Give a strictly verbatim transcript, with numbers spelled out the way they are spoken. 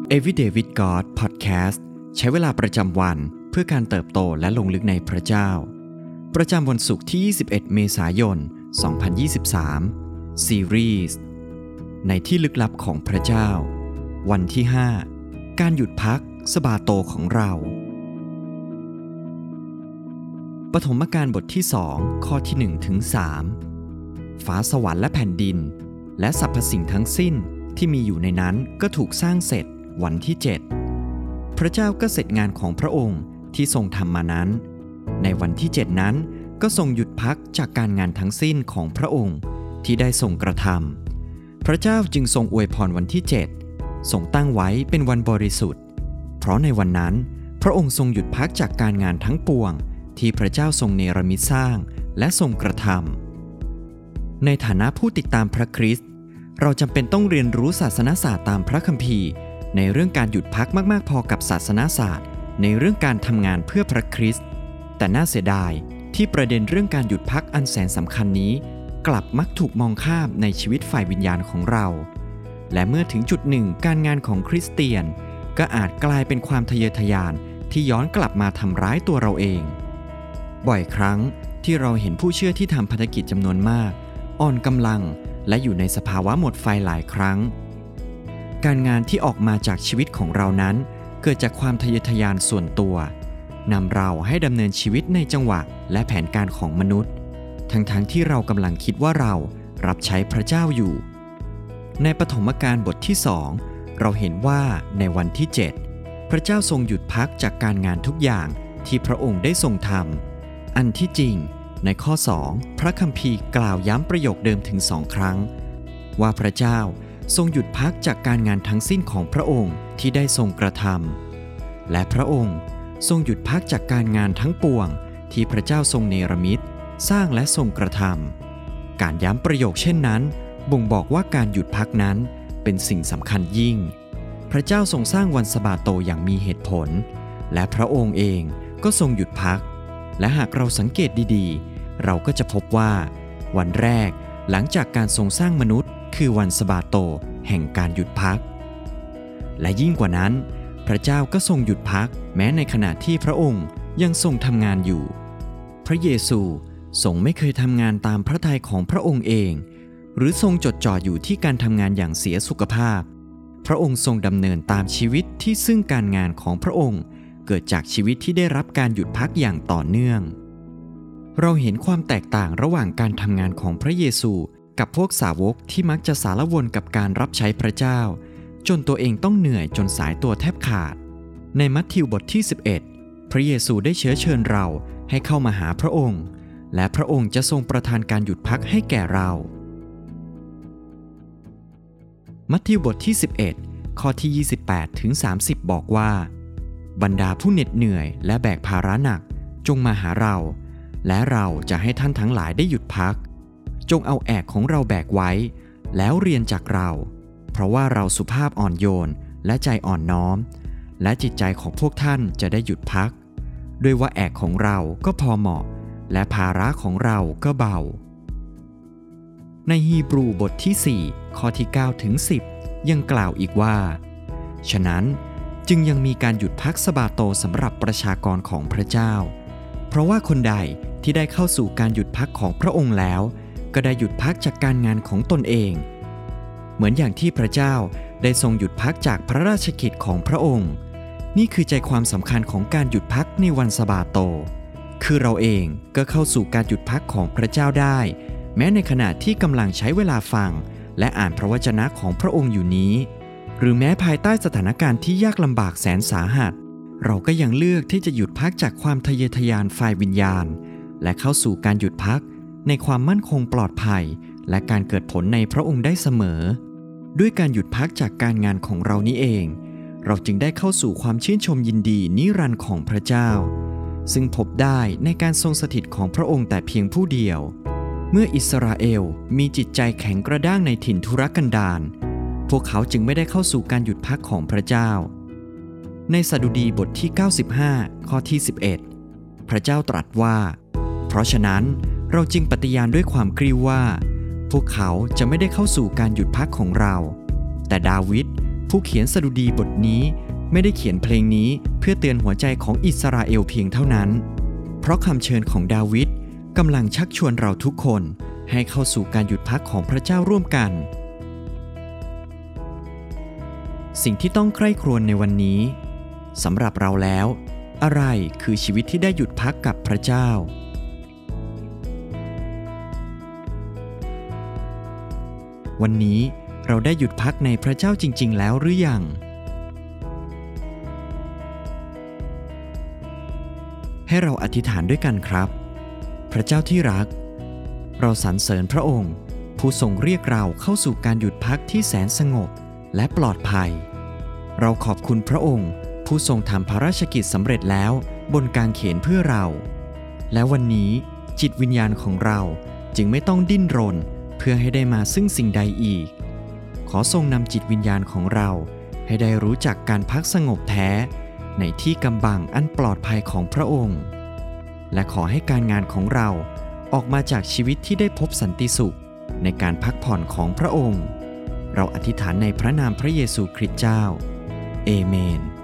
Everyday with God Podcast ใช้เวลาประจำวันเพื่อการเติบโตและลงลึกในพระเจ้าประจำวันศุกร์ที่ยี่สิบเอ็ดเมษายนสองพันยี่สิบสามซีรีส์ในที่ลึกลับของพระเจ้าวันที่ห้าการหยุดพักสบาโตของเราปฐมกาลบทที่สองข้อที่หนึ่งถึงสามฟ้าสวรรค์และแผ่นดินและสรรพสิ่งทั้งสิ้นที่มีอยู่ในนั้นก็ถูกสร้างเสร็จวันที่เจ็ดพระเจ้าก็เสร็จงานของพระองค์ที่ทรงทำมานั้นในวันที่เจ็ดนั้นก็ทรงหยุดพักจากการงานทั้งสิ้นของพระองค์ที่ได้ทรงกระทำพระเจ้าจึงทรงอวยพรวันที่เจ็ดทรงตั้งไว้เป็นวันบริสุทธิ์เพราะในวันนั้นพระองค์ทรงหยุดพักจากการงานทั้งปวงที่พระเจ้าทรงเนรมิตสร้างและทรงกระทำในฐานะผู้ติดตามพระคริสต์เราจำเป็นต้องเรียนรู้ศาสนศาสตร์ตามพระคัมภีร์ในเรื่องการหยุดพักมากๆพอกับศาสนศาสตร์ในเรื่องการทำงานเพื่อพระคริสต์แต่น่าเสียดายที่ประเด็นเรื่องการหยุดพักอันแสนสำคัญนี้กลับมักถูกมองข้ามในชีวิตฝ่ายวิญญาณของเราและเมื่อถึงจุดหนึ่งการงานของคริสเตียนก็อาจกลายเป็นความทะเยอทะยานที่ย้อนกลับมาทำร้ายตัวเราเองบ่อยครั้งที่เราเห็นผู้เชื่อที่ทำภารกิจจำนวนมากอ่อนกำลังและอยู่ในสภาวะหมดไฟหลายครั้งการงานที่ออกมาจากชีวิตของเรานั้นเกิดจากความทะเยอทะยานส่วนตัวนำเราให้ดำเนินชีวิตในจังหวะและแผนการของมนุษย์ทั้งๆ ท, ที่เรากำลังคิดว่าเรารับใช้พระเจ้าอยู่ในปฐมกาลบทที่สองเราเห็นว่าในวันที่เจ็ดพระเจ้าทรงหยุดพักจากการงานทุกอย่างที่พระองค์ได้ทรงทำอันที่จริงในข้อสองพระคัมภีร์กล่าวย้ำประโยคเดิมถึงสองครั้งว่าพระเจ้าทรงหยุดพักจากการงานทั้งสิ้นของพระองค์ที่ได้ทรงกระทำและพระองค์ทรงหยุดพักจากการงานทั้งปวงที่พระเจ้าทรงเนรมิตสร้างและทรงกระทำการย้ำประโยคเช่นนั้นบ่งบอกว่าการหยุดพักนั้นเป็นสิ่งสำคัญยิ่งพระเจ้าทรงสร้างวันสะบาโตอย่างมีเหตุผลและพระองค์เองก็ทรงหยุดพักและหากเราสังเกตดีๆเราก็จะพบว่าวันแรกหลังจากการทรงสร้างมนุษย์คือวันสะบาโตแห่งการหยุดพักและยิ่งกว่านั้นพระเจ้าก็ทรงหยุดพักแม้ในขณะที่พระองค์ยังทรงทำงานอยู่พระเยซูทรงไม่เคยทำงานตามพระทัยของพระองค์เองหรือทรงจดจ่ออยู่ที่การทำงานอย่างเสียสุขภาพพระองค์ทรงดำเนินตามชีวิตที่ซึ่งการงานของพระองค์เกิดจากชีวิตที่ได้รับการหยุดพักอย่างต่อเนื่องเราเห็นความแตกต่างระหว่างการทำงานของพระเยซูกับพวกสาวกที่มักจะสารวนกับการรับใช้พระเจ้าจนตัวเองต้องเหนื่อยจนสายตัวแทบขาดในมัทธิวบทที่สิบเอ็ดพระเยซูได้เชื้อเชิญเราให้เข้ามาหาพระองค์และพระองค์จะทรงประทานการหยุดพักให้แก่เรามัทธิวบทที่สิบเอ็ดข้อที่ยี่สิบแปดถึงสามสิบบอกว่าบรรดาผู้เหน็ดเหนื่อยและแบกภาระหนักจงมาหาเราและเราจะให้ท่านทั้งหลายได้หยุดพักจงเอาแอกของเราแบกไว้แล้วเรียนจากเราเพราะว่าเราสุภาพอ่อนโยนและใจอ่อนน้อมและจิตใจของพวกท่านจะได้หยุดพักด้วยว่าแอกของเราก็พอเหมาะและภาระของเราก็เบาในฮีบรูบทที่สี่ข้อที่เก้าถึงสิบยังกล่าวอีกว่าฉะนั้นจึงยังมีการหยุดพักสะบาโตสำหรับประชากรของพระเจ้าเพราะว่าคนใดที่ได้เข้าสู่การหยุดพักของพระองค์แล้วก็ได้หยุดพักจากการงานของตนเองเหมือนอย่างที่พระเจ้าได้ทรงหยุดพักจากพระราชกิจของพระองค์นี่คือใจความสำคัญของการหยุดพักในวันสะบาโตคือเราเองก็เข้าสู่การหยุดพักของพระเจ้าได้แม้ในขณะที่กำลังใช้เวลาฟังและอ่านพระวจนะของพระองค์อยู่นี้หรือแม้ภายใต้สถานการณ์ที่ยากลำบากแสนสาหัสเราก็ยังเลือกที่จะหยุดพักจากความทะเยอทะยานฝ่ายวิญญาณและเข้าสู่การหยุดพักในความมั่นคงปลอดภัยและการเกิดผลในพระองค์ได้เสมอด้วยการหยุดพักจากการงานของเรานี้เองเราจึงได้เข้าสู่ความชื่นชมยินดีนิรันดร์ของพระเจ้าซึ่งพบได้ในการทรงสถิตของพระองค์แต่เพียงผู้เดียวเมื่ออิสราเอลมีจิตใจแข็งกระด้างในถิ่นทุรกันดารพวกเขาจึงไม่ได้เข้าสู่การหยุดพักของพระเจ้าในสดุดีบทที่เก้าสิบห้าข้อที่สิบเอ็ดพระเจ้าตรัสว่าเพราะฉะนั้นเราจึงปฏิญาณด้วยความกริ้วว่าพวกเขาจะไม่ได้เข้าสู่การหยุดพักของเราแต่ดาวิดผู้เขียนสดุดีบทนี้ไม่ได้เขียนเพลงนี้เพื่อเตือนหัวใจของอิสราเอลเพียงเท่านั้นเพราะคำเชิญของดาวิดกำลังชักชวนเราทุกคนให้เข้าสู่การหยุดพักของพระเจ้าร่วมกันสิ่งที่ต้องใคร่ครวญในวันนี้สำหรับเราแล้วอะไรคือชีวิตที่ได้หยุดพักกับพระเจ้าวันนี้เราได้หยุดพักในพระเจ้าจริงๆแล้วหรือยังให้เราอธิษฐานด้วยกันครับพระเจ้าที่รักเราสรรเสริญพระองค์ผู้ทรงเรียกเราเข้าสู่การหยุดพักที่แสนสงบและปลอดภัยเราขอบคุณพระองค์ผู้ทรงทำพระราชกิจสำเร็จแล้วบนกางเขนเพื่อเราและวันนี้จิตวิญญาณของเราจึงไม่ต้องดิ้นรนเพื่อให้ได้มาซึ่งสิ่งใดอีกขอทรงนำจิตวิญญาณของเราให้ได้รู้จักการพักสงบแท้ในที่กำบังอันปลอดภัยของพระองค์และขอให้การงานของเราออกมาจากชีวิตที่ได้พบสันติสุขในการพักผ่อนของพระองค์เราอธิษฐานในพระนามพระเยซูคริสต์เจ้าเอเมน